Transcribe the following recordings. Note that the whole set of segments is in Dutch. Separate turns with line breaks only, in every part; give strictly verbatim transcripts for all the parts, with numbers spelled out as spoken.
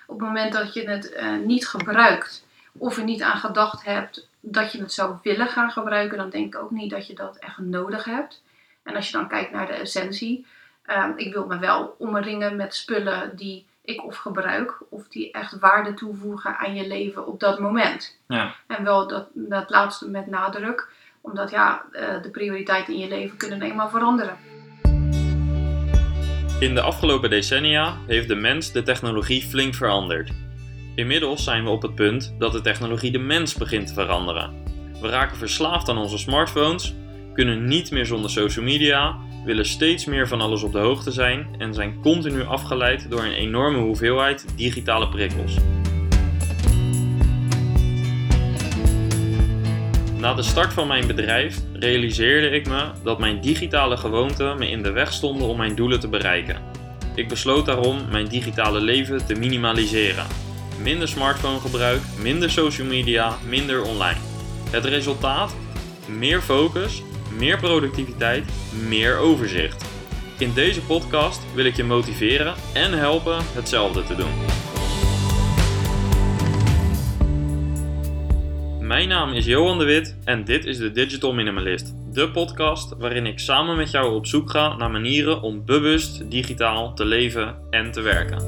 op het moment dat je het uh, niet gebruikt of er niet aan gedacht hebt dat je het zou willen gaan gebruiken, dan denk ik ook niet dat je dat echt nodig hebt. En als je dan kijkt naar de essentie, uh, ik wil me wel omringen met spullen die ik of gebruik of die echt waarde toevoegen aan je leven op dat moment.
Ja.
En wel dat, dat laatste met nadruk, omdat ja, uh, de prioriteiten in je leven kunnen eenmaal veranderen.
In de afgelopen decennia heeft de mens de technologie flink veranderd. Inmiddels zijn we op het punt dat de technologie de mens begint te veranderen. We raken verslaafd aan onze smartphones, kunnen niet meer zonder social media, willen steeds meer van alles op de hoogte zijn en zijn continu afgeleid door een enorme hoeveelheid digitale prikkels. Na de start van mijn bedrijf realiseerde ik me dat mijn digitale gewoonten me in de weg stonden om mijn doelen te bereiken. Ik besloot daarom mijn digitale leven te minimaliseren. Minder smartphonegebruik, minder social media, minder online. Het resultaat? Meer focus, meer productiviteit, meer overzicht. In deze podcast wil ik je motiveren en helpen hetzelfde te doen. Mijn naam is Johan de Wit en dit is de Digital Minimalist. De podcast waarin ik samen met jou op zoek ga naar manieren om bewust digitaal te leven en te werken.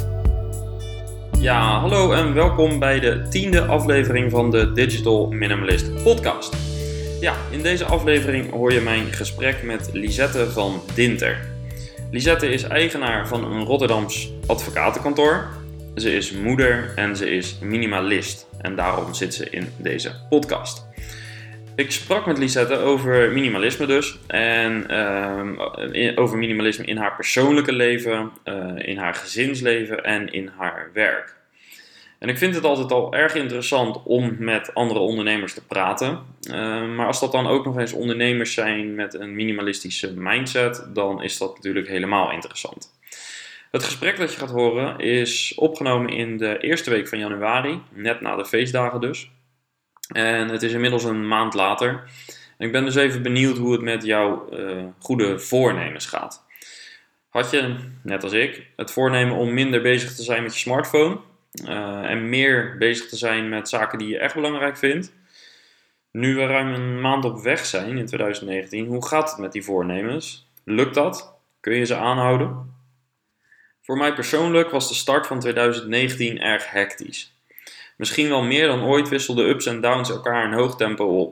Ja, hallo en welkom bij de tiende aflevering van de Digital Minimalist podcast. Ja, in deze aflevering hoor je mijn gesprek met Lisette van Dinter. Lisette is eigenaar van een Rotterdams advocatenkantoor. Ze is moeder en ze is minimalist. En daarom zit ze in deze podcast. Ik sprak met Lisette over minimalisme dus. En uh, over minimalisme in haar persoonlijke leven, uh, in haar gezinsleven en in haar werk. En ik vind het altijd al erg interessant om met andere ondernemers te praten. Uh, maar als dat dan ook nog eens ondernemers zijn met een minimalistische mindset, dan is dat natuurlijk helemaal interessant. Het gesprek dat je gaat horen is opgenomen in de eerste week van januari, net na de feestdagen dus. En het is inmiddels een maand later. En ik ben dus even benieuwd hoe het met jouw uh, goede voornemens gaat. Had je, net als ik, het voornemen om minder bezig te zijn met je smartphone uh, en meer bezig te zijn met zaken die je echt belangrijk vindt? Nu we ruim een maand op weg zijn in twintig negentien, hoe gaat het met die voornemens? Lukt dat? Kun je ze aanhouden? Voor mij persoonlijk was de start van twintig negentien erg hectisch. Misschien wel meer dan ooit wisselden ups en downs elkaar in hoog tempo op.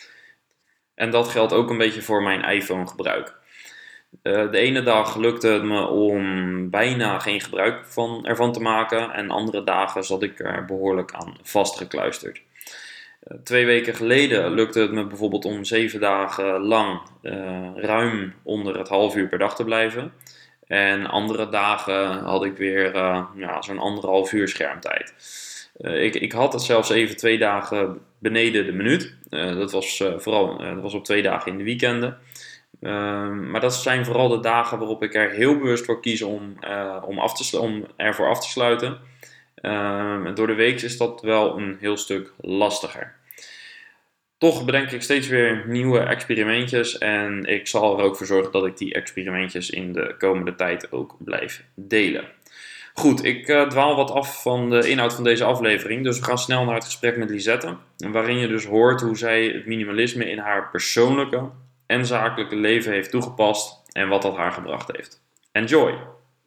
En dat geldt ook een beetje voor mijn iPhone gebruik. Uh, de ene dag lukte het me om bijna geen gebruik van, ervan te maken en andere dagen zat ik er behoorlijk aan vastgekluisterd. Uh, twee weken geleden lukte het me bijvoorbeeld om zeven dagen lang uh, ruim onder het half uur per dag te blijven. En andere dagen had ik weer uh, ja, zo'n anderhalf uur schermtijd. Uh, ik, ik had het zelfs even twee dagen beneden de minuut. Uh, dat was uh, vooral uh, dat was op twee dagen in de weekenden. Uh, maar dat zijn vooral de dagen waarop ik er heel bewust voor kies om, uh, om, af te slu- om ervoor af te sluiten. Uh, door de week is dat wel een heel stuk lastiger. Toch bedenk ik steeds weer nieuwe experimentjes en ik zal er ook voor zorgen dat ik die experimentjes in de komende tijd ook blijf delen. Goed, ik uh, dwaal wat af van de inhoud van deze aflevering, dus we gaan snel naar het gesprek met Lisette, waarin je dus hoort hoe zij het minimalisme in haar persoonlijke en zakelijke leven heeft toegepast en wat dat haar gebracht heeft. Enjoy!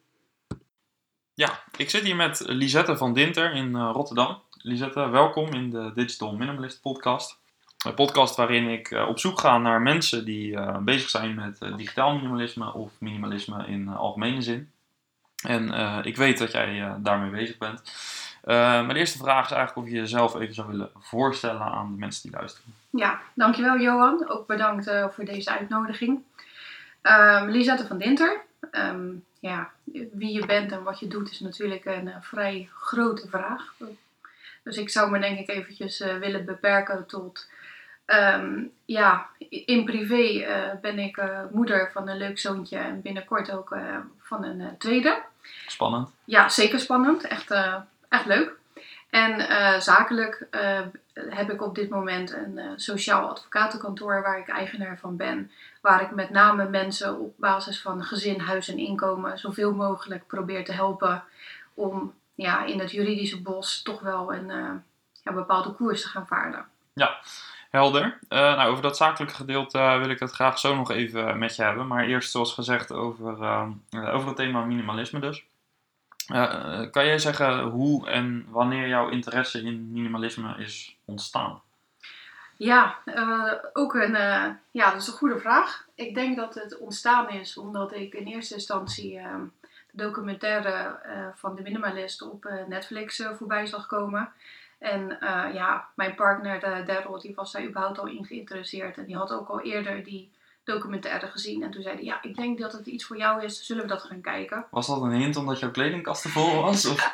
Ja, ik zit hier met Lisette van Dinter in uh, Rotterdam. Lisette, welkom in de Digital Minimalist podcast. Een podcast waarin ik uh, op zoek ga naar mensen die uh, bezig zijn met uh, digitaal minimalisme of minimalisme in uh, algemene zin. En uh, ik weet dat jij uh, daarmee bezig bent. Uh, mijn eerste vraag is eigenlijk of je jezelf even zou willen voorstellen aan de mensen die luisteren.
Ja, dankjewel Johan. Ook bedankt uh, voor deze uitnodiging. Um, Lisette van Dinter. Um, ja, wie je bent en wat je doet is natuurlijk een uh, vrij grote vraag. Dus ik zou me denk ik eventjes uh, willen beperken tot... Um, ja, in privé uh, ben ik uh, moeder van een leuk zoontje en binnenkort ook uh, van een uh, tweede.
Spannend.
Ja, zeker spannend. Echt, uh, echt leuk. En uh, zakelijk uh, heb ik op dit moment een uh, sociaal advocatenkantoor waar ik eigenaar van ben. Waar ik met name mensen op basis van gezin, huis en inkomen zoveel mogelijk probeer te helpen om ja, in het juridische bos toch wel een uh, ja, bepaalde koers te gaan varen.
Ja, helder. Uh, nou, over dat zakelijke gedeelte uh, wil ik het graag zo nog even met je hebben. Maar eerst, zoals gezegd, over, uh, over het thema minimalisme dus. Uh, kan jij zeggen hoe en wanneer jouw interesse in minimalisme is ontstaan?
Ja, uh, ook een, uh, ja, dat is een goede vraag. Ik denk dat het ontstaan is omdat ik in eerste instantie uh, de documentaire uh, van de minimalist op uh, Netflix uh, voorbij zag komen. En uh, ja, mijn partner uh, Daryl, die was daar überhaupt al in geïnteresseerd. En die had ook al eerder die documentaire gezien. En toen zei hij, ja, ik denk dat het iets voor jou is. Zullen we dat gaan kijken?
Was dat een hint omdat jouw kledingkast vol was? Of?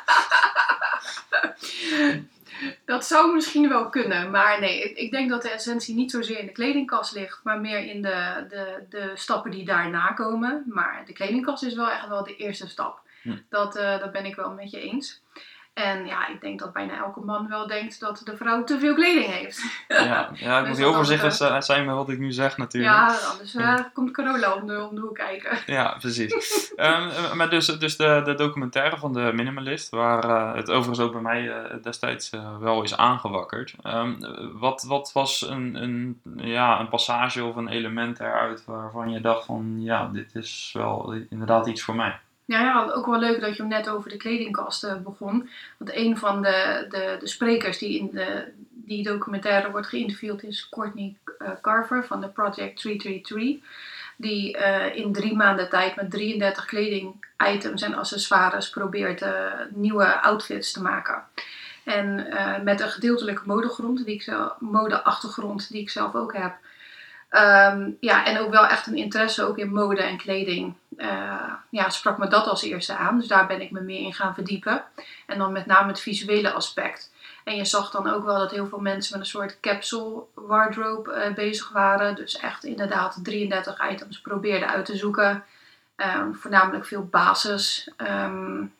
Dat zou misschien wel kunnen, maar nee, ik, ik denk dat de essentie niet zozeer in de kledingkast ligt, maar meer in de, de, de stappen die daarna komen. Maar de kledingkast is wel echt wel de eerste stap. Hm. Dat, uh, dat ben ik wel met je eens. En ja, ik denk dat bijna elke man wel denkt dat de vrouw te veel kleding heeft.
Ja, ja ik dus moet heel voorzichtig uh, zijn met wat ik nu zeg natuurlijk.
Ja, anders uh, ja. komt Carola om de, om de hoek kijken.
Ja, precies. um, maar dus, dus de, de documentaire van de minimalist, waar uh, het overigens ook bij mij uh, destijds uh, wel is aangewakkerd. Um, wat, wat was een, een, ja, een passage of een element eruit waarvan je dacht van, ja, dit is wel inderdaad iets voor mij?
Ja, ja, ook wel leuk dat je hem net over de kledingkasten begon. Want een van de, de, de sprekers die in de, die documentaire wordt geïnterviewd is Courtney uh, Carver van de Project driehonderddraaiendertig. Die uh, in drie maanden tijd met drieëndertig kledingitems en accessoires probeert uh, nieuwe outfits te maken. En uh, met een gedeeltelijke modegrond, die ik zelf, modeachtergrond die ik zelf ook heb. Um, ja, en ook wel echt een interesse ook in mode en kleding. Uh, ja, sprak me dat als eerste aan. Dus daar ben ik me meer in gaan verdiepen. En dan met name het visuele aspect. En je zag dan ook wel dat heel veel mensen met een soort capsule wardrobe uh, bezig waren. Dus echt inderdaad drieëndertig items probeerden uit te zoeken. Um, voornamelijk veel basis um,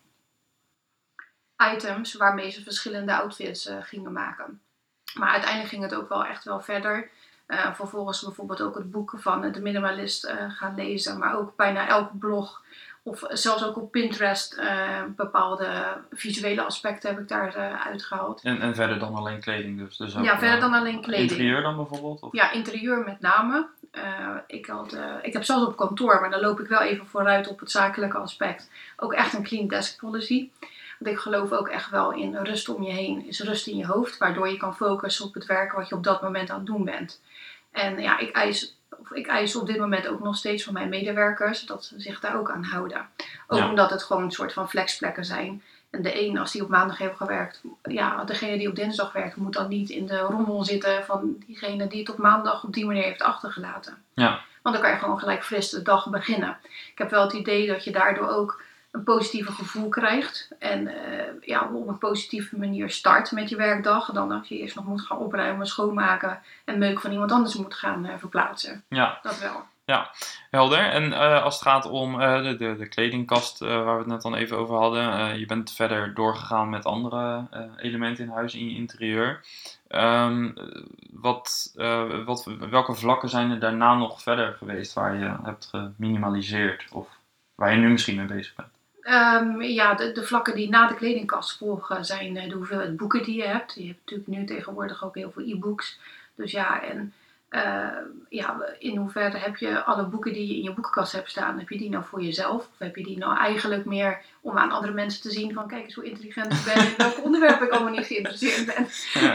items waarmee ze verschillende outfits uh, gingen maken. Maar uiteindelijk ging het ook wel echt wel verder. Uh, vervolgens bijvoorbeeld ook het boek van de minimalist uh, gaan lezen. Maar ook bijna elke blog of zelfs ook op Pinterest uh, bepaalde visuele aspecten heb ik daar uh, uitgehaald.
En, en verder dan alleen kleding dus? dus ook,
ja, verder dan alleen kleding.
Interieur dan bijvoorbeeld? Of?
Ja, interieur met name. Uh, ik, had, uh, ik heb zelfs op kantoor, maar dan loop ik wel even vooruit op het zakelijke aspect. Ook echt een clean desk policy. Want ik geloof ook echt wel in rust om je heen is rust in je hoofd. Waardoor je kan focussen op het werk wat je op dat moment aan het doen bent. En ja, ik eis, of ik eis op dit moment ook nog steeds van mijn medewerkers dat ze zich daar ook aan houden. Ook ja. Omdat het gewoon een soort van flexplekken zijn. En de een, als die op maandag heeft gewerkt, ja, degene die op dinsdag werkt, moet dan niet in de rommel zitten van diegene die het op maandag op die manier heeft achtergelaten.
Ja.
Want dan kan je gewoon gelijk fris de dag beginnen. Ik heb wel het idee dat je daardoor ook een positieve gevoel krijgt. En uh, ja, op een positieve manier start met je werkdag. Dan als je eerst nog moet gaan opruimen, schoonmaken en meuk van iemand anders moet gaan uh, verplaatsen.
Ja.
Dat wel.
Ja, helder. En uh, als het gaat om uh, de, de, de kledingkast uh, waar we het net dan even over hadden. Uh, je bent verder doorgegaan met andere uh, elementen in huis, in je interieur. Um, wat, uh, wat, welke vlakken zijn er daarna nog verder geweest waar je hebt geminimaliseerd? Of waar je nu misschien mee bezig bent?
Um, ja, de, de vlakken die na de kledingkast volgen zijn uh, de hoeveelheid boeken die je hebt. Je hebt natuurlijk nu tegenwoordig ook heel veel e-books. Dus ja, en uh, ja, in hoeverre heb je alle boeken die je in je boekenkast hebt staan, heb je die nou voor jezelf? Of heb je die nou eigenlijk meer om aan andere mensen te zien van kijk eens hoe intelligent ik ben en welke onderwerpen ik allemaal niet geïnteresseerd ben. Ja.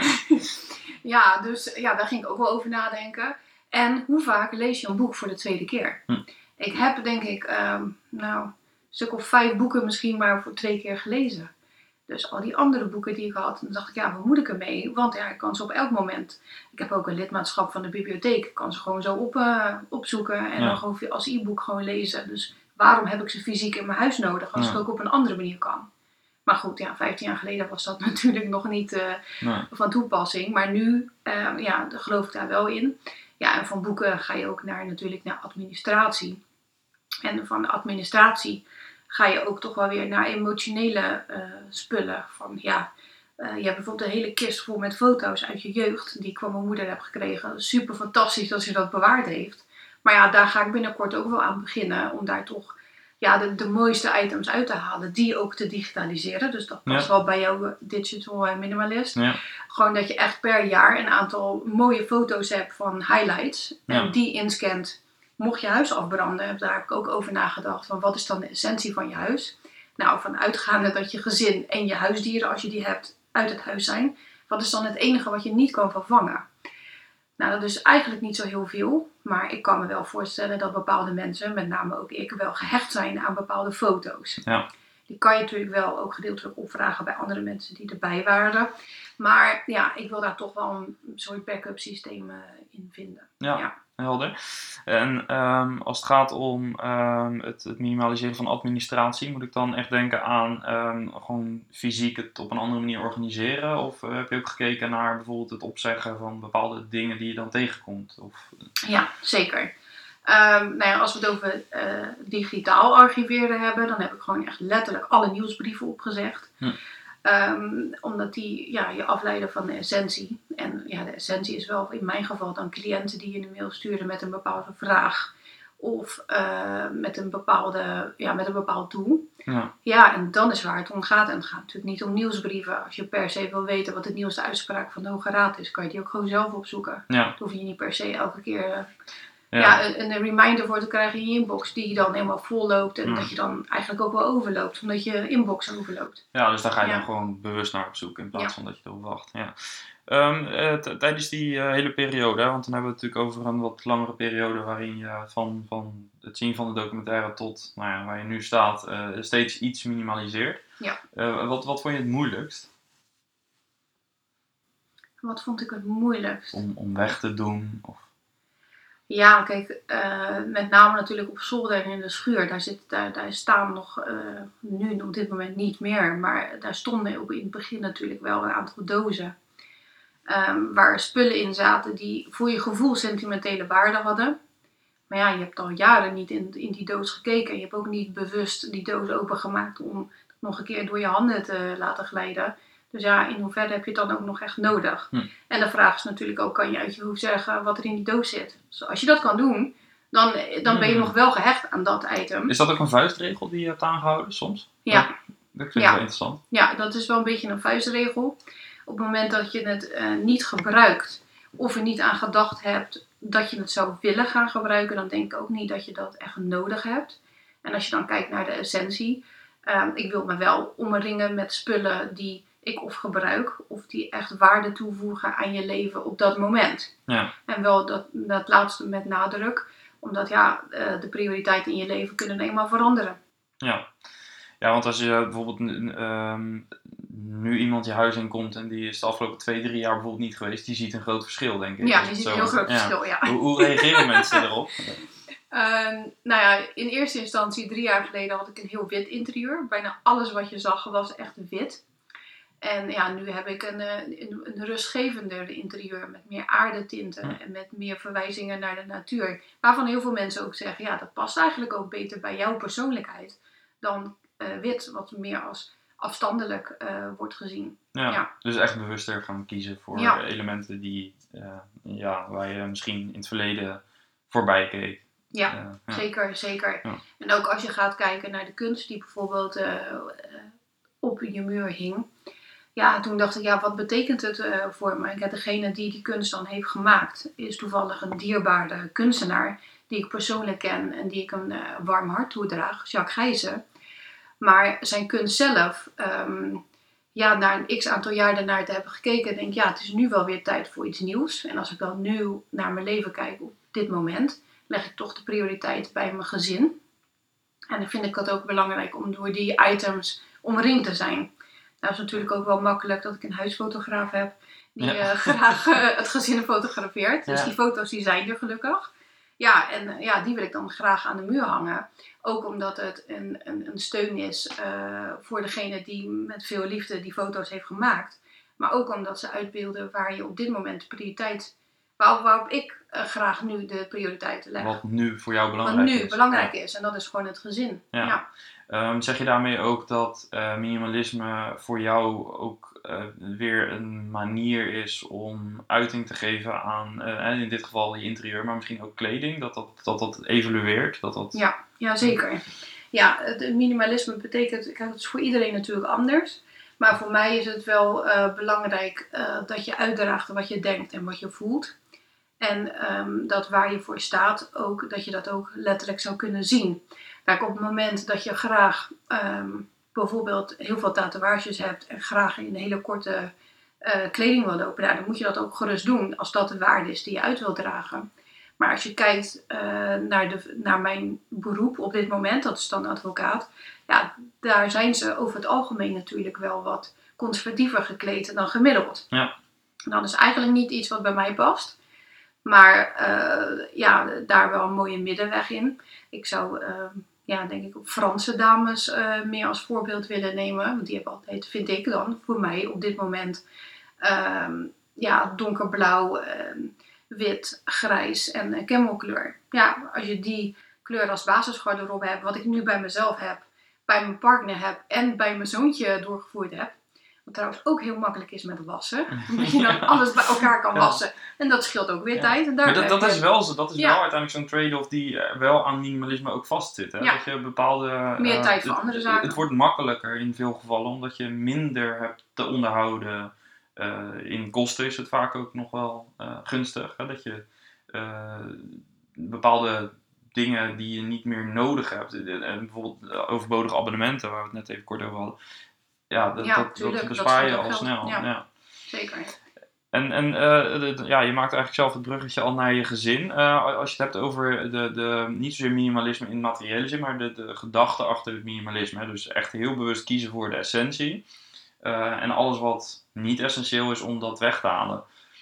ja, dus ja, daar ging ik ook wel over nadenken. En hoe vaak lees je een boek voor de tweede keer? Hm. Ik heb denk ik, um, nou... een stuk of vijf boeken misschien maar voor twee keer gelezen. Dus al die andere boeken die ik had, dan dacht ik, ja, wat moet ik ermee? Want ja, ik kan ze op elk moment. Ik heb ook een lidmaatschap van de bibliotheek. Ik kan ze gewoon zo op, uh, opzoeken en ja. dan gewoon als e-book gewoon lezen. Dus waarom heb ik ze fysiek in mijn huis nodig als ja. ik ook op een andere manier kan? Maar goed, ja, vijftien jaar geleden was dat natuurlijk nog niet uh, nee. van toepassing. Maar nu, uh, ja, geloof ik daar wel in. Ja, en van boeken ga je ook naar, natuurlijk naar administratie. En van de administratie ga je ook toch wel weer naar emotionele uh, spullen. Van ja, uh, je hebt bijvoorbeeld een hele kist vol met foto's uit je jeugd. Die ik van mijn moeder heb gekregen. Super fantastisch dat ze dat bewaard heeft. Maar ja, daar ga ik binnenkort ook wel aan beginnen. Om daar toch ja, de, de mooiste items uit te halen, die ook te digitaliseren. Dus dat past
Ja.
wel bij jouw digital minimalist.
Ja.
Gewoon dat je echt per jaar een aantal mooie foto's hebt van highlights. En
Ja.
die inscant. Mocht je huis afbranden, daar heb ik ook over nagedacht. Van wat is dan de essentie van je huis? Nou, vanuitgaande dat je gezin en je huisdieren, als je die hebt, uit het huis zijn. Wat is dan het enige wat je niet kan vervangen? Nou, dat is eigenlijk niet zo heel veel. Maar ik kan me wel voorstellen dat bepaalde mensen, met name ook ik, wel gehecht zijn aan bepaalde foto's.
Ja.
Die kan je natuurlijk wel ook gedeeltelijk opvragen bij andere mensen die erbij waren. Maar ja, ik wil daar toch wel een soort backup systeem uh, in vinden.
Ja.
Ja.
Helder. En um, als het gaat om um, het, het minimaliseren van administratie, moet ik dan echt denken aan um, gewoon fysiek het op een andere manier organiseren? Of uh, heb je ook gekeken naar bijvoorbeeld het opzeggen van bepaalde dingen die je dan tegenkomt? Of...
Ja, zeker. Um, nou ja, als we het over uh, digitaal archiveren hebben, dan heb ik gewoon echt letterlijk alle nieuwsbrieven opgezegd. Hm. Um, omdat die ja, je afleiden van de essentie. En ja, de essentie is wel in mijn geval dan cliënten die je een mail sturen met een bepaalde vraag. Of uh, met, een bepaalde, ja, met een bepaald doel.
Ja.
Ja, en dan is waar het om gaat. En het gaat natuurlijk niet om nieuwsbrieven. Als je per se wil weten wat de nieuwste uitspraak van de Hoge Raad is, kan je die ook gewoon zelf opzoeken.
Ja.
Dan hoef je niet per se elke keer... Uh,
Ja.
Ja, een, een reminder voor te krijgen in je inbox die dan helemaal vol loopt. En
mm.
dat je dan eigenlijk ook wel overloopt, omdat je inbox overloopt.
Ja, dus daar ga je
ja.
dan gewoon bewust naar op zoek in plaats
ja.
van dat je erop wacht. Ja. Um, uh, t- tijdens die uh, hele periode, hè, want dan hebben we het natuurlijk over een wat langere periode waarin je van, van het zien van de documentaire tot nou ja, waar je nu staat uh, steeds iets minimaliseert.
Ja.
Uh, wat, wat vond je het moeilijkst?
Wat vond ik het moeilijkst?
Om, om weg te doen? Of...
Ja, kijk, uh, met name natuurlijk op zolder en in de schuur. Daar, zit, daar, daar staan nog, uh, nu op dit moment niet meer, maar daar stonden ook in het begin natuurlijk wel een aantal dozen. Um, waar spullen in zaten die voor je gevoel sentimentele waarde hadden. Maar ja, je hebt al jaren niet in, in die doos gekeken. Je hebt ook niet bewust die doos opengemaakt om het nog een keer door je handen te laten glijden. Dus ja, in hoeverre heb je het dan ook nog echt nodig?
Hm.
En de vraag is natuurlijk ook, kan je uit je hoofd zeggen wat er in die doos zit? Dus als je dat kan doen, dan, dan ben je hm. nog wel gehecht aan dat item.
Is dat ook een vuistregel die je hebt aangehouden soms?
Ja.
Dat, dat vind ik
ja.
wel interessant.
Ja, dat is wel een beetje een vuistregel. Op het moment dat je het uh, niet gebruikt of er niet aan gedacht hebt dat je het zou willen gaan gebruiken, dan denk ik ook niet dat je dat echt nodig hebt. En als je dan kijkt naar de essentie, uh, ik wil me wel omringen met spullen die ik of gebruik of die echt waarde toevoegen aan je leven op dat moment.
Ja. En
wel dat, dat laatste met nadruk, omdat ja, uh, de prioriteiten in je leven kunnen eenmaal veranderen.
Ja. Ja, want als je bijvoorbeeld um, nu iemand je huis in komt en die is de afgelopen twee, drie jaar bijvoorbeeld niet geweest, die ziet een groot verschil, denk ik.
Ja, die ziet een heel groot ja. verschil, ja.
Hoe, hoe reageren mensen erop?
Uh, nou ja, in eerste instantie, drie jaar geleden had ik een heel wit interieur. Bijna alles wat je zag was echt wit. En ja, nu heb ik een, een, een rustgevender interieur met meer aardetinten hm. en met meer verwijzingen naar de natuur. Waarvan heel veel mensen ook zeggen, ja, dat past eigenlijk ook beter bij jouw persoonlijkheid dan uh, wit, wat meer als afstandelijk uh, wordt gezien.
Ja,
ja,
dus echt bewuster gaan kiezen voor ja. elementen die, uh, ja, waar je misschien in het verleden voorbij keek.
Ja, uh, ja. zeker, zeker. Ja. En ook als je gaat kijken naar de kunst die bijvoorbeeld uh, uh, op je muur hing. Ja, toen dacht ik, ja, wat betekent het uh, voor me? En degene die die kunst dan heeft gemaakt, is toevallig een dierbare kunstenaar die ik persoonlijk ken en die ik een uh, warm hart toedraag, Jacques Gijzen. Maar zijn kunst zelf, um, ja, na een x aantal jaar daarnaar te hebben gekeken, denk ik, ja, het is nu wel weer tijd voor iets nieuws. En als ik dan nu naar mijn leven kijk op dit moment, leg ik toch de prioriteit bij mijn gezin. En dan vind ik het ook belangrijk om door die items omringd te zijn. Nou is natuurlijk ook wel makkelijk dat ik een huisfotograaf heb die ja. uh, graag uh, het gezin fotografeert. Dus ja. die foto's die zijn er gelukkig. Ja, en uh, ja, die wil ik dan graag aan de muur hangen. Ook omdat het een, een, een steun is uh, voor degene die met veel liefde die foto's heeft gemaakt. Maar ook omdat ze uitbeelden waar je op dit moment de prioriteit, waar, waarop ik uh, graag nu de prioriteiten leg.
Wat nu voor jou belangrijk
is. Wat nu
is.
belangrijk ja. is. En dat is gewoon het gezin.
Ja.
Ja.
Um, zeg je daarmee ook dat uh, minimalisme voor jou ook uh, weer een manier is om uiting te geven aan, uh, in dit geval je interieur, maar misschien ook kleding, dat dat, dat, dat evolueert? Dat dat...
Ja, ja, zeker. ja, het minimalisme betekent, kijk, het is voor iedereen natuurlijk anders. Maar voor mij is het wel uh, belangrijk uh, dat je uitdraagt wat je denkt en wat je voelt. En um, dat waar je voor staat, ook, dat je dat ook letterlijk zou kunnen zien. Kijk, op het moment dat je graag um, bijvoorbeeld heel veel tatoeages hebt en graag in een hele korte uh, kleding wil lopen, nou, dan moet je dat ook gerust doen als dat de waarde is die je uit wilt dragen. Maar als je kijkt uh, naar, de, naar mijn beroep op dit moment, dat is dan advocaat, ja, daar zijn ze over het algemeen natuurlijk wel wat conservatiever gekleed dan gemiddeld.
Ja.
Dat is eigenlijk niet iets wat bij mij past. Maar uh, ja, daar wel een mooie middenweg in. Ik zou, uh, ja, denk ik, Franse dames uh, meer als voorbeeld willen nemen. Want die hebben altijd, vind ik dan, voor mij op dit moment, uh, ja, donkerblauw, uh, wit, grijs en uh, camelkleur. Ja, als je die kleur als basisgarderobe hebt, wat ik nu bij mezelf heb, bij mijn partner heb en bij mijn zoontje doorgevoerd heb. Wat trouwens ook heel makkelijk is met wassen. Omdat je dan alles bij elkaar kan wassen. En dat scheelt ook weer ja. tijd. En daar
maar dat, dat is wel, zo, dat is
ja.
wel uiteindelijk zo'n trade-off die wel aan minimalisme ook vastzit. Hè?
Ja.
Dat je bepaalde...
Meer
uh,
tijd voor
het,
andere zaken.
Het wordt makkelijker in veel gevallen. Omdat je minder hebt te onderhouden. Uh, in kosten is het vaak ook nog wel uh, gunstig. Hè? Dat je uh, bepaalde dingen die je niet meer nodig hebt. Uh, bijvoorbeeld overbodige abonnementen waar we het net even kort over hadden. Ja, dat,
ja,
dat,
tuurlijk,
dat bespaar
dat
je al
geld.
snel.
Ja,
ja.
Zeker.
En, en uh, de, de, ja, je maakt eigenlijk zelf het bruggetje al naar je gezin. Uh, als je het hebt over de, de, niet zozeer minimalisme in materiële zin, maar de, de gedachte achter het minimalisme. Hè? Dus echt heel bewust kiezen voor de essentie. Uh, en alles wat niet essentieel is om dat weg te halen.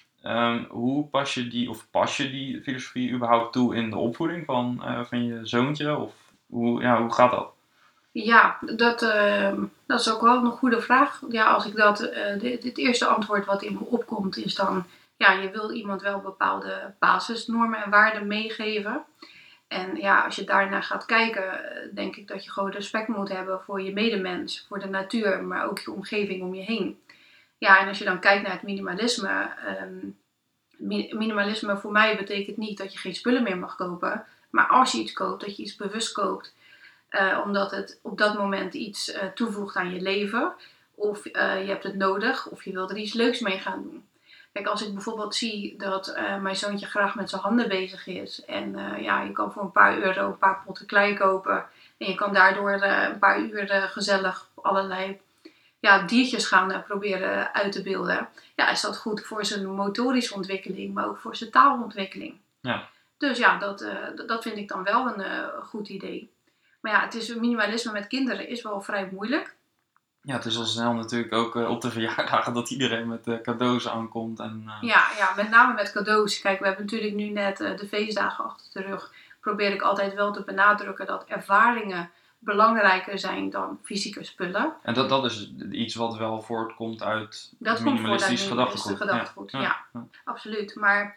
Um, hoe pas je die, of pas je die filosofie überhaupt toe in de opvoeding van, uh, van je zoontje? Of hoe, ja, hoe gaat dat?
Ja, dat, uh, dat is ook wel een goede vraag. Ja, als ik dat, uh, dit, dit eerste antwoord wat in me opkomt is dan, ja, je wil iemand wel bepaalde basisnormen en waarden meegeven. En ja, als je daarnaar gaat kijken, denk ik dat je gewoon respect moet hebben voor je medemens, voor de natuur, maar ook je omgeving om je heen. Ja, en als je dan kijkt naar het minimalisme, um, minimalisme voor mij betekent niet dat je geen spullen meer mag kopen, maar als je iets koopt, dat je iets bewust koopt. Uh, omdat het op dat moment iets uh, toevoegt aan je leven. Of uh, je hebt het nodig. Of je wil er iets leuks mee gaan doen. Kijk, als ik bijvoorbeeld zie dat uh, mijn zoontje graag met zijn handen bezig is. En uh, ja, je kan voor een paar euro een paar potten klei kopen. En je kan daardoor uh, een paar uur uh, gezellig allerlei ja, diertjes gaan uh, proberen uit te beelden. Ja, is dat goed voor zijn motorische ontwikkeling. Maar ook voor zijn taalontwikkeling.
Ja.
Dus ja, dat, uh, dat vind ik dan wel een uh, goed idee. Maar ja, het is minimalisme met kinderen is wel vrij moeilijk.
Ja, het is al snel natuurlijk ook uh, op de verjaardagen dat iedereen met uh, cadeaus aankomt. En, uh...
ja, ja, met name met cadeaus. Kijk, we hebben natuurlijk nu net uh, de feestdagen achter de rug. Probeer ik altijd wel te benadrukken dat ervaringen belangrijker zijn dan fysieke spullen.
En dat, dat is iets wat wel voortkomt uit
dat
minimalistisch gedachtegoed.
gedachtegoed. Ja. Ja,
ja,
absoluut. Maar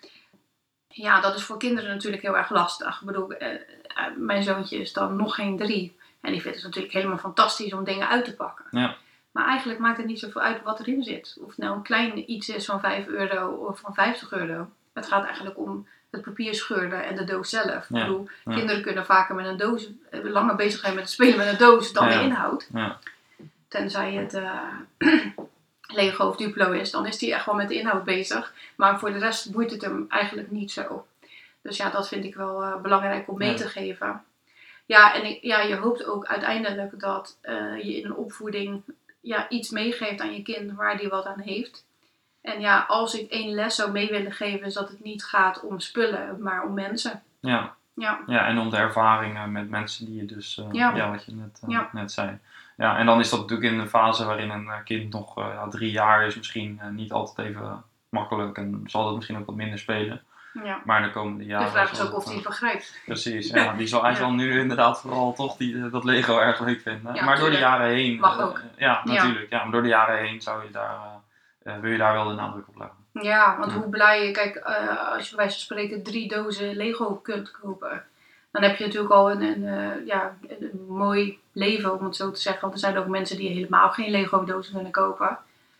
ja, dat is voor kinderen natuurlijk heel erg lastig. Ik bedoel, uh, uh, mijn zoontje is dan nog geen drie. En die vindt het natuurlijk helemaal fantastisch om dingen uit te pakken.
Ja.
Maar eigenlijk maakt het niet zoveel uit wat erin zit. Of het nou een klein iets is van vijf euro of van vijftig euro. Het gaat eigenlijk om het papierscheurder en de doos zelf.
Ja.
Ik bedoel,
ja.
kinderen kunnen vaker met een doos, langer bezig zijn met het spelen met een doos dan
ja.
de inhoud.
Ja.
Tenzij het uh, Lego of Duplo is, dan is hij echt wel met de inhoud bezig. Maar voor de rest boeit het hem eigenlijk niet zo. Dus ja, dat vind ik wel uh, belangrijk om mee ja. te geven. Ja, en ik, ja, je hoopt ook uiteindelijk dat uh, je in een opvoeding ja, iets meegeeft aan je kind waar die wat aan heeft. En ja, als ik één les zou mee willen geven, is dat het niet gaat om spullen, maar om mensen.
Ja,
ja.
ja en om de ervaringen met mensen die je dus, uh, ja. ja, wat je net, uh,
ja.
net zei. Ja, en dan is dat natuurlijk in een fase waarin een kind nog uh, ja, drie jaar is, misschien uh, niet altijd even makkelijk en zal het misschien ook wat minder spelen.
Ja.
Maar de komende jaren...
De vraag is ook of hij het begrijpt.
Precies, ja. Die zal, hij ja. zal nu inderdaad vooral toch die, dat Lego erg leuk vinden.
Ja,
maar door de jaren heen...
Mag ook.
Uh, ja, natuurlijk. Ja. Ja, maar door de jaren heen zou je daar, uh, uh, wil je daar wel de nadruk op leggen.
Ja, want ja. hoe blij je... Kijk, uh, als je bij wijze van spreken drie dozen Lego kunt kopen... Dan heb je natuurlijk al een, een, uh, ja, een, een mooi leven, om het zo te zeggen. Want er zijn ook mensen die helemaal geen Lego dozen kunnen kopen.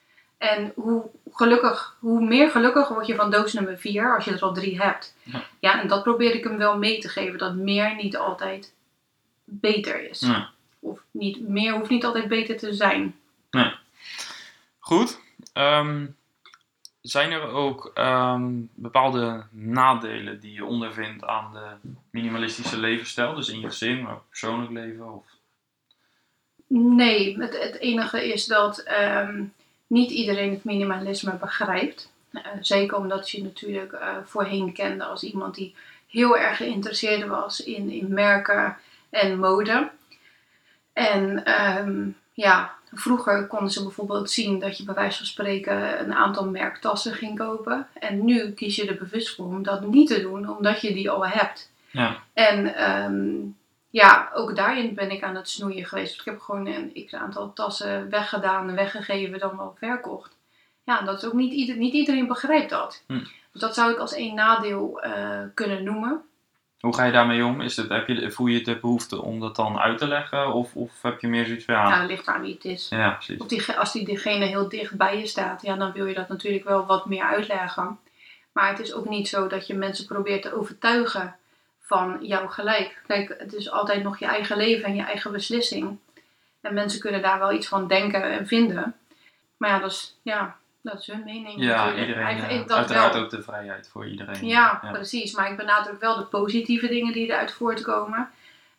En hoe gelukkig, hoe meer gelukkig word je van doos nummer vier, als je er al drie hebt. Ja. ja, en dat probeer ik hem wel mee te geven. Dat meer niet altijd beter is.
Nee.
Of niet, meer hoeft niet altijd beter te zijn.
Nee. Goed. Um, zijn er ook um, bepaalde nadelen die je ondervindt aan de minimalistische levensstijl? Dus in je gezin, maar ook persoonlijk leven? Of...
Nee, het, het enige is dat um, niet iedereen het minimalisme begrijpt. Uh, zeker omdat je natuurlijk uh, voorheen kende als iemand die heel erg geïnteresseerd was in, in merken en mode. En um, ja, vroeger konden ze bijvoorbeeld zien dat je bij wijze van spreken een aantal merktassen ging kopen. En nu kies je er bewust voor om dat niet te doen, omdat je die al hebt.
Ja.
En um, ja, ook daarin ben ik aan het snoeien geweest. Ik heb gewoon een x-aantal tassen weggedaan en weggegeven, dan wel verkocht. Ja, dat is ook niet, ieder, niet iedereen begrijpt dat.
Hm.
Dus dat zou ik als één nadeel uh, kunnen noemen.
Hoe ga je daarmee om? Is het, heb je, voel je de behoefte om dat dan uit te leggen? Of, of heb je meer zoiets van... Ja,
ja het ligt aan wie het is.
Ja, precies.
Of die, als die, diegene heel dicht bij je staat, ja, dan wil je dat natuurlijk wel wat meer uitleggen. Maar het is ook niet zo dat je mensen probeert te overtuigen van jouw gelijk. Kijk, het is altijd nog je eigen leven en je eigen beslissing. En mensen kunnen daar wel iets van denken en vinden. Maar ja, dat is, ja, dat is hun mening.
Ja,
natuurlijk.
iedereen,
Eigen,
uh,
dat
uiteraard
wel.
ook de vrijheid voor iedereen.
Ja,
ja,
precies. Maar ik benadruk wel de positieve dingen die eruit voortkomen.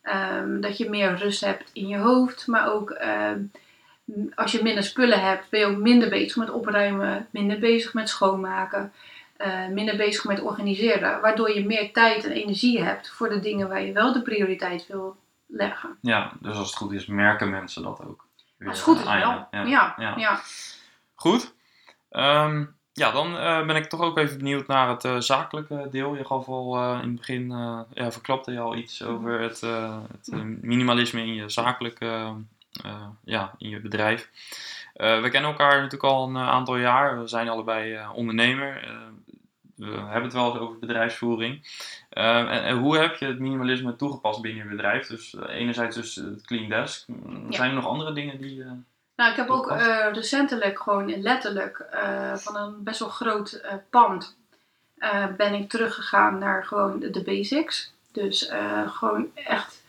Um, dat je meer rust hebt in je hoofd. Maar ook um, als je minder spullen hebt, ben je ook minder bezig met opruimen. Minder bezig met schoonmaken. Uh, minder bezig met organiseren. Waardoor je meer tijd en energie hebt voor de dingen waar je wel de prioriteit wil leggen.
Ja, dus als het goed is, merken mensen dat ook.
Als het goed is wel.
Ja,
ja. Ja,
ja.
ja.
Goed. Um, ja, dan uh, ben ik toch ook even benieuwd naar het uh, zakelijke deel. Je gaf al uh, in het begin, uh, ja, verklapte je al iets over het, uh, het uh, minimalisme in je zakelijke, uh, ja, in je bedrijf. Uh, we kennen elkaar natuurlijk al een uh, aantal jaar. We zijn allebei uh, ondernemer. Uh, we hebben het wel eens over bedrijfsvoering. Uh, en, en hoe heb je het minimalisme toegepast binnen je bedrijf? Dus uh, enerzijds dus het Clean Desk. Ja. Zijn er nog andere dingen die... Uh,
Nou, ik heb ook uh, recentelijk gewoon letterlijk uh, van een best wel groot uh, pand uh, ben ik teruggegaan naar gewoon de, de basics. Dus uh, gewoon echt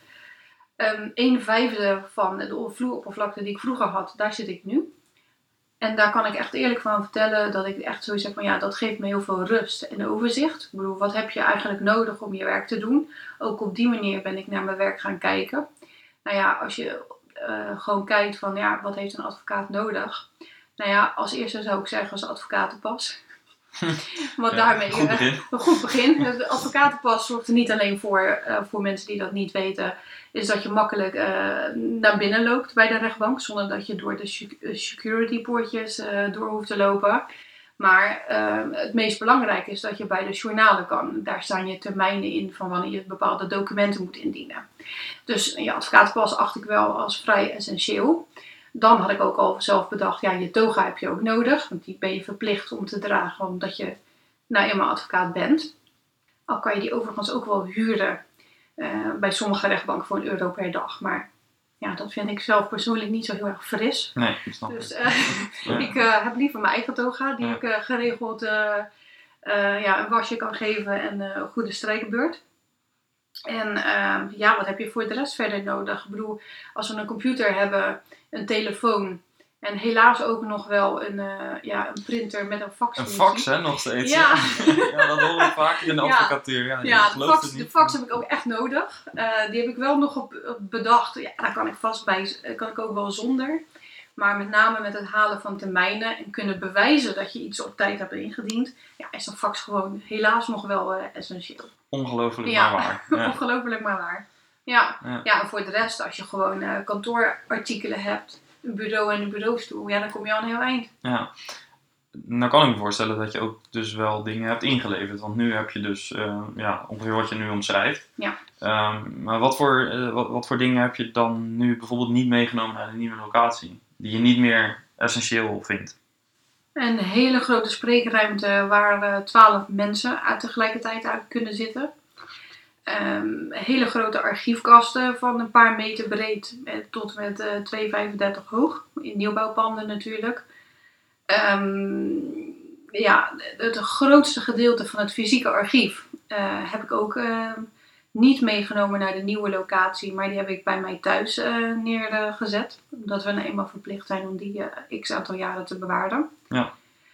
um, een vijfde van de vloeroppervlakte die ik vroeger had, daar zit ik nu. En daar kan ik echt eerlijk van vertellen dat ik echt zoiets heb van ja, dat geeft me heel veel rust en overzicht. Ik bedoel, wat heb je eigenlijk nodig om je werk te doen? Ook op die manier ben ik naar mijn werk gaan kijken. Nou ja, als je uh, gewoon kijkt van ja, wat heeft een advocaat nodig? Nou ja, als eerste zou ik zeggen als advocatenpas. Want
ja,
daarmee
goed begin.
Uh, een goed begin. De advocatenpas zorgt er niet alleen voor, uh, voor mensen die dat niet weten, is dat je makkelijk uh, naar binnen loopt bij de rechtbank, zonder dat je door de security poortjes uh, door hoeft te lopen. Maar uh, het meest belangrijke is dat je bij de journalen kan. Daar staan je termijnen in van wanneer je bepaalde documenten moet indienen. Dus je advocatenpas acht ik wel als vrij essentieel. Dan had ik ook al zelf bedacht, ja, je toga heb je ook nodig. Want die ben je verplicht om te dragen, omdat je nou eenmaal advocaat bent. Al kan je die overigens ook wel huren uh, bij sommige rechtbanken voor een euro per dag. Maar ja, dat vind ik zelf persoonlijk niet zo heel erg fris.
Nee, ik snap
dus
het.
Uh,
ja.
ik uh, heb liever mijn eigen toga, die
ja.
ik uh, geregeld uh, uh, ja, een wasje kan geven en uh, een goede strijkbeurt. En uh, ja, wat heb je voor de rest verder nodig? Ik bedoel, als we een computer hebben, een telefoon en helaas ook nog wel een, uh, ja, een printer met een fax.
Een fax, hè, nog steeds.
Ja,
ja dat hoor ik vaak in de
ja.
advocatuur. Ja,
ja de, fax, de fax heb ik ook echt nodig. Uh, die heb ik wel nog op, op bedacht. Ja, daar kan ik vast bij, kan ik ook wel zonder. Maar met name met het halen van termijnen en kunnen bewijzen dat je iets op tijd hebt ingediend, ja, is een fax gewoon helaas nog wel uh, essentieel.
Ongelooflijk
ja.
maar waar. Ja.
Ongelooflijk maar waar. Ja.
Ja.
ja, en voor de rest, als je gewoon uh, kantoorartikelen hebt, een bureau en een bureaustoel, ja, dan kom je al een heel eind.
Ja. Nou kan ik me voorstellen dat je ook dus wel dingen hebt ingeleverd. Want nu heb je dus uh, ja, ongeveer wat je nu omschrijft.
Ja.
Um, maar wat voor, uh, wat, wat voor dingen heb je dan nu bijvoorbeeld niet meegenomen naar de nieuwe locatie? Die je niet meer essentieel vindt?
Een hele grote spreekruimte waar twaalf uh, mensen uit tegelijkertijd uit kunnen zitten. Um, hele grote archiefkasten van een paar meter breed tot met uh, twee komma vijfendertig hoog. In nieuwbouwpanden natuurlijk. Um, ja, het grootste gedeelte van het fysieke archief uh, heb ik ook uh, niet meegenomen naar de nieuwe locatie, maar die heb ik bij mij thuis uh, neergezet. Omdat we nou eenmaal verplicht zijn om die uh, x aantal jaren te bewaren.
Ja.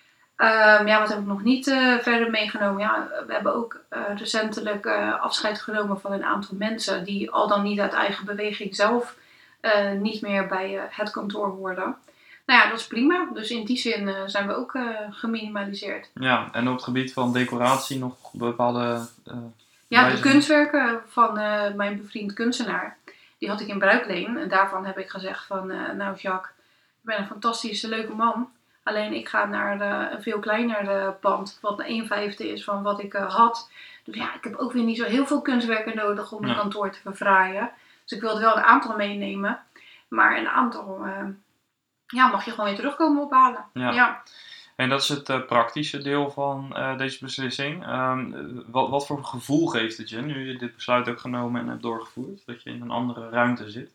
Um, ja, wat heb ik nog niet uh, verder meegenomen? Ja, we hebben ook uh, recentelijk uh, afscheid genomen van een aantal mensen die al dan niet uit eigen beweging zelf uh, niet meer bij uh, het kantoor hoorden. Nou ja, dat is prima. Dus in die zin uh, zijn we ook uh, geminimaliseerd.
Ja, en op het gebied van decoratie nog bepaalde... Uh,
ja, de
wijzigingen?
kunstwerken van uh, mijn bevriend kunstenaar, die had ik in bruikleen. En daarvan heb ik gezegd van, uh, nou Jacques, je bent een fantastische, leuke man. Alleen ik ga naar uh, een veel kleiner uh, pand, wat een vijfde is van wat ik uh, had. Dus ja, ik heb ook weer niet zo heel veel kunstwerken nodig om mijn ja. kantoor te verfraaien. Dus ik wilde wel een aantal meenemen. Maar een aantal uh, ja, mag je gewoon weer terugkomen ophalen.
Ja.
Ja.
En dat is het uh, praktische deel van uh, deze beslissing. Um, wat, wat voor gevoel geeft het je nu je dit besluit hebt genomen en hebt doorgevoerd? Dat je in een andere ruimte zit?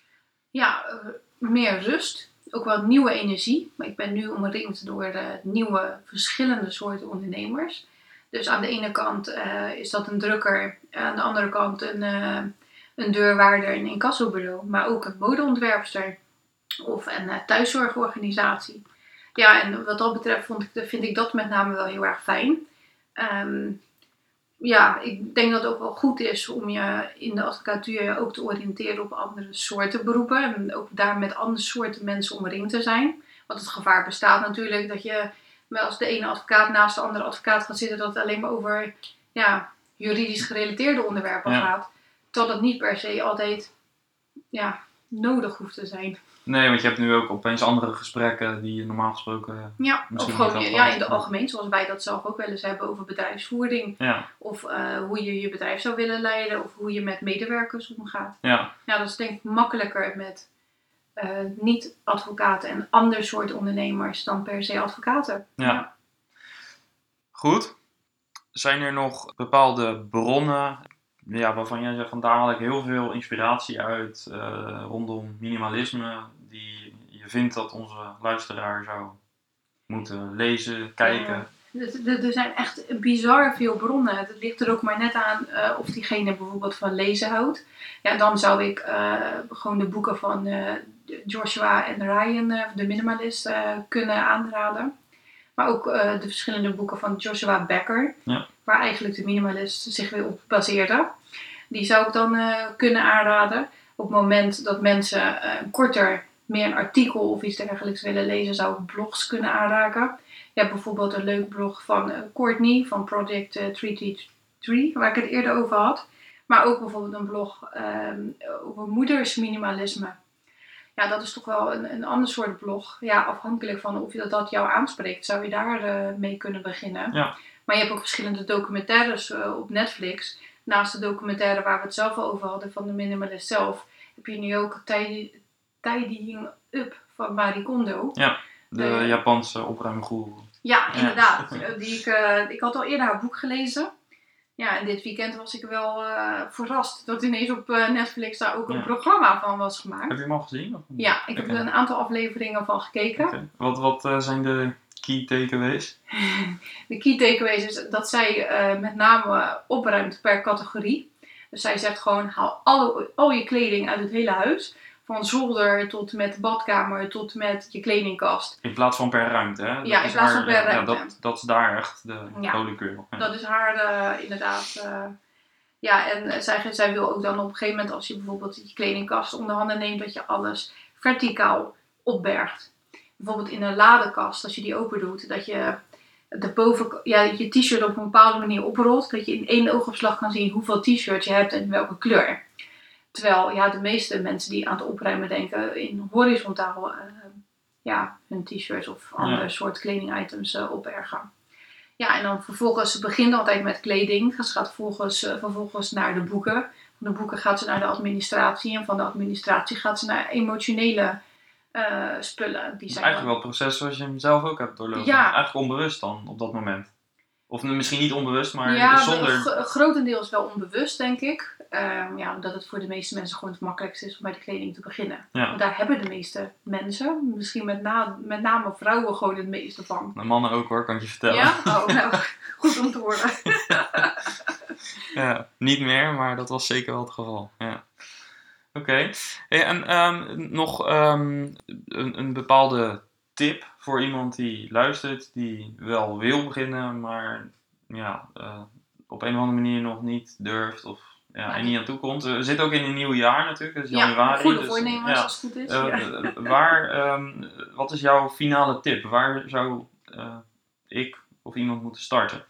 Ja, uh, meer rust. Ook wel nieuwe energie. Maar ik ben nu omringd door uh, nieuwe, verschillende soorten ondernemers. Dus aan de ene kant uh, is dat een drukker. Aan de andere kant een, uh, een deurwaarder, een incassobureau. Maar ook een modeontwerpster. Of een uh, thuiszorgorganisatie. Ja, en wat dat betreft vond ik, vind ik dat met name wel heel erg fijn. Um, ja, ik denk dat het ook wel goed is om je in de advocatuur ook te oriënteren op andere soorten beroepen. En ook daar met andere soorten mensen omringd te zijn. Want het gevaar bestaat natuurlijk dat je als de ene advocaat naast de andere advocaat gaat zitten, dat het alleen maar over ja, juridisch gerelateerde onderwerpen ja. gaat. Terwijl dat niet per se altijd ja, nodig hoeft te zijn.
Nee, want je hebt nu ook opeens andere gesprekken die je normaal gesproken...
Ja, of gewoon ja, in het algemeen, zoals wij dat zelf ook wel eens hebben over bedrijfsvoering. Ja. Of uh, hoe je je bedrijf zou willen leiden, of hoe je met medewerkers omgaat. Ja, ja dat is denk ik makkelijker met uh, niet-advocaten en ander soort ondernemers dan per se advocaten. Ja. Ja.
Goed. Zijn er nog bepaalde bronnen ja, waarvan jij zegt van daar haal ik heel veel inspiratie uit uh, rondom minimalisme, die je vindt dat onze luisteraar zou moeten lezen, kijken?
Ja, er zijn echt bizar veel bronnen. Het ligt er ook maar net aan uh, of diegene bijvoorbeeld van lezen houdt. Ja, dan zou ik uh, gewoon de boeken van uh, Joshua en Ryan, uh, de Minimalist, uh, kunnen aanraden. Maar ook uh, de verschillende boeken van Joshua Becker, ja. waar eigenlijk de Minimalist zich weer op baseerde. Die zou ik dan uh, kunnen aanraden. Op het moment dat mensen uh, korter meer een artikel of iets dergelijks willen lezen, zou ik blogs kunnen aanraken. Je hebt bijvoorbeeld een leuk blog van uh, Courtney van Project uh, driehonderddrieëndertig, waar ik het eerder over had. Maar ook bijvoorbeeld een blog um, over moedersminimalisme. Ja, dat is toch wel een, een ander soort blog. Ja, afhankelijk van of je dat, dat jou aanspreekt, zou je daar uh, mee kunnen beginnen. Ja. Maar je hebt ook verschillende documentaires uh, op Netflix. Naast de documentaire waar we het zelf al over hadden van de minimalist zelf, heb je nu ook Tidy, Tidying Up van Marie Kondo.
Ja, de uh, Japanse opruimgoeroe.
Ja, inderdaad. Ja. Die ik, uh, ik had al eerder haar boek gelezen. Ja, en dit weekend was ik wel uh, verrast dat ineens op uh, Netflix daar ook een ja. programma van was gemaakt.
Heb je hem al gezien? Of?
Ja, ik heb er een aantal afleveringen van gekeken.
Okay. Wat, wat uh, zijn de key takeaways?
De key takeaways is dat zij uh, met name opruimt per categorie. Dus zij zegt gewoon, haal alle, al je kleding uit het hele huis. Van zolder tot met de badkamer tot met je kledingkast.
In plaats van per ruimte, hè? Dat
ja, in plaats haar, van per ruimte.
Ja, dat, dat is daar echt de
ja,
rode kleur. Ja.
Dat is haar uh, inderdaad. Uh, ja, en zij, zij wil ook dan op een gegeven moment, als je bijvoorbeeld je kledingkast onder handen neemt, dat je alles verticaal opbergt. Bijvoorbeeld in een ladekast, als je die open doet, dat je de boven, ja, je t-shirt op een bepaalde manier oprolt. Dat je in één oogopslag kan zien hoeveel t-shirts je hebt en welke kleur. Terwijl ja, de meeste mensen die aan het opruimen denken in horizontaal uh, ja, hun t-shirts of andere ja. soort kledingitems uh, opbergen. Ja, en dan vervolgens, ze begint altijd met kleding. Ze gaat vervolgens, uh, vervolgens naar de boeken. Van de boeken gaat ze naar de administratie. En van de administratie gaat ze naar emotionele uh, spullen. Die zijn
eigenlijk dan wel het proces zoals je hem zelf ook hebt doorlopen. Ja. Eigenlijk onbewust dan op dat moment. Of misschien niet onbewust, maar
ja,
zonder...
Ja, grotendeels wel onbewust, denk ik. Um, ja, omdat het voor de meeste mensen gewoon het makkelijkste is om bij de kleding te beginnen. Ja. Want daar hebben de meeste mensen, misschien met, na, met name vrouwen, gewoon het meeste van.
De mannen ook hoor, kan ik je vertellen.
Ja? Oh, nou, goed om te horen.
Ja, niet meer, maar dat was zeker wel het geval. Ja. Oké. Okay. Hey, en um, nog um, een, een bepaalde tip voor iemand die luistert, die wel wil beginnen, maar ja, uh, op een of andere manier nog niet durft of ja, ja. er niet aan toe komt. We zitten ook in een nieuw jaar natuurlijk, dat is januari.
Ja, goede
dus,
voornemens
ja.
als het goed is.
Uh, ja. waar, um, wat is jouw finale tip? Waar zou uh, ik of iemand moeten starten?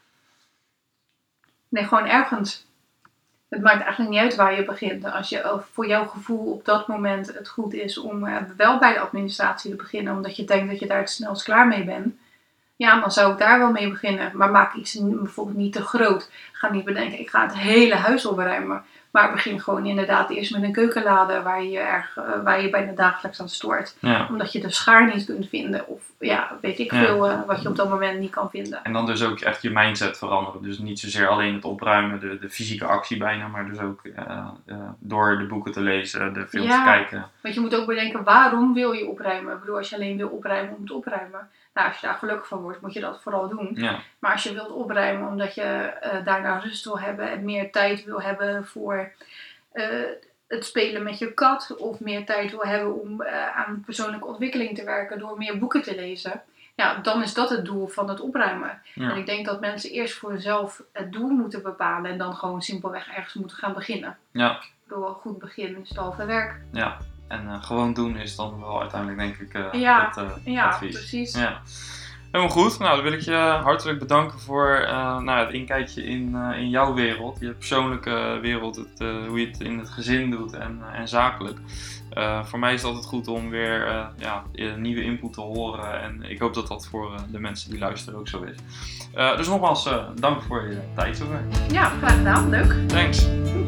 Nee, gewoon ergens. Het maakt eigenlijk niet uit waar je begint. Als je voor jouw gevoel op dat moment het goed is om uh, wel bij de administratie te beginnen, omdat je denkt dat je daar het snelst klaar mee bent, ja, dan zou ik daar wel mee beginnen. Maar maak iets bijvoorbeeld niet te groot. Ga niet bedenken, ik ga het hele huis opruimen. Maar begin gewoon inderdaad eerst met een keukenlade waar je, erg, uh, waar je bijna dagelijks aan stoort. Ja. Omdat je de schaar niet kunt vinden. Of ja, weet ik ja. veel uh, wat je op dat moment niet kan vinden.
En dan dus ook echt je mindset veranderen. Dus niet zozeer alleen het opruimen, de, de fysieke actie bijna. Maar dus ook uh, uh, door de boeken te lezen, de films ja, te kijken.
Want je moet ook bedenken, waarom wil je opruimen? Ik bedoel, als je alleen wil opruimen om te opruimen. Nou, als je daar gelukkig van wordt, moet je dat vooral doen. Ja. Maar als je wilt opruimen omdat je uh, daarna rust wil hebben en meer tijd wil hebben voor uh, het spelen met je kat. Of meer tijd wil hebben om uh, aan persoonlijke ontwikkeling te werken door meer boeken te lezen. Ja, dan is dat het doel van het opruimen. Ja. En ik denk dat mensen eerst voor zichzelf het doel moeten bepalen en dan gewoon simpelweg ergens moeten gaan beginnen. Ja. Door een goed begin is het halve werk.
Ja. En uh, gewoon doen is dan wel uiteindelijk denk ik uh,
ja,
het uh,
ja,
advies.
Precies.
Ja, helemaal goed. Nou, dan wil ik je hartelijk bedanken voor uh, nou, het inkijkje in, uh, in jouw wereld. Je persoonlijke wereld, het, uh, hoe je het in het gezin doet en, uh, en zakelijk. Uh, voor mij is het altijd goed om weer uh, ja, nieuwe input te horen. En ik hoop dat dat voor uh, de mensen die luisteren ook zo is. Uh, dus nogmaals, uh, dank voor je tijd zover.
Ja, graag gedaan. Leuk.
Thanks.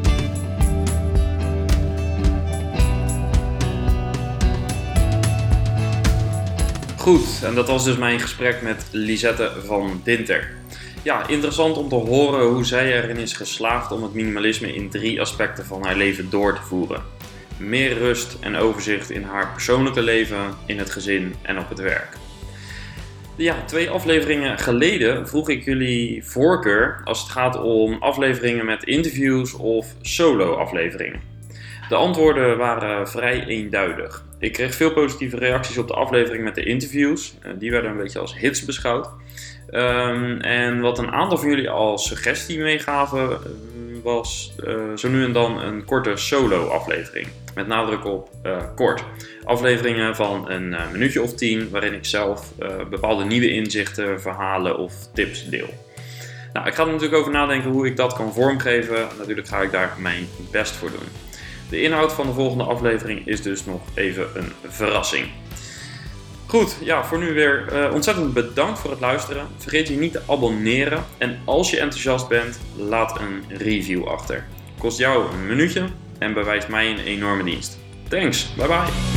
Goed, en dat was dus mijn gesprek met Lisette van Dinter. Ja, interessant om te horen hoe zij erin is geslaagd om het minimalisme in drie aspecten van haar leven door te voeren. Meer rust en overzicht in haar persoonlijke leven, in het gezin en op het werk. Ja, twee afleveringen geleden vroeg ik jullie voorkeur als het gaat om afleveringen met interviews of solo-afleveringen. De antwoorden waren vrij eenduidig. Ik kreeg veel positieve reacties op de aflevering met de interviews. Die werden een beetje als hits beschouwd. Um, en wat een aantal van jullie als suggestie meegaven was uh, zo nu en dan een korte solo-aflevering. Met nadruk op uh, kort. Afleveringen van een uh, minuutje of tien waarin ik zelf uh, bepaalde nieuwe inzichten, verhalen of tips deel. Nou, ik ga er natuurlijk over nadenken hoe ik dat kan vormgeven. Natuurlijk ga ik daar mijn best voor doen. De inhoud van de volgende aflevering is dus nog even een verrassing. Goed, ja, voor nu weer uh, ontzettend bedankt voor het luisteren. Vergeet je niet te abonneren. En als je enthousiast bent, laat een review achter. Kost jou een minuutje en bewijst mij een enorme dienst. Thanks, bye bye.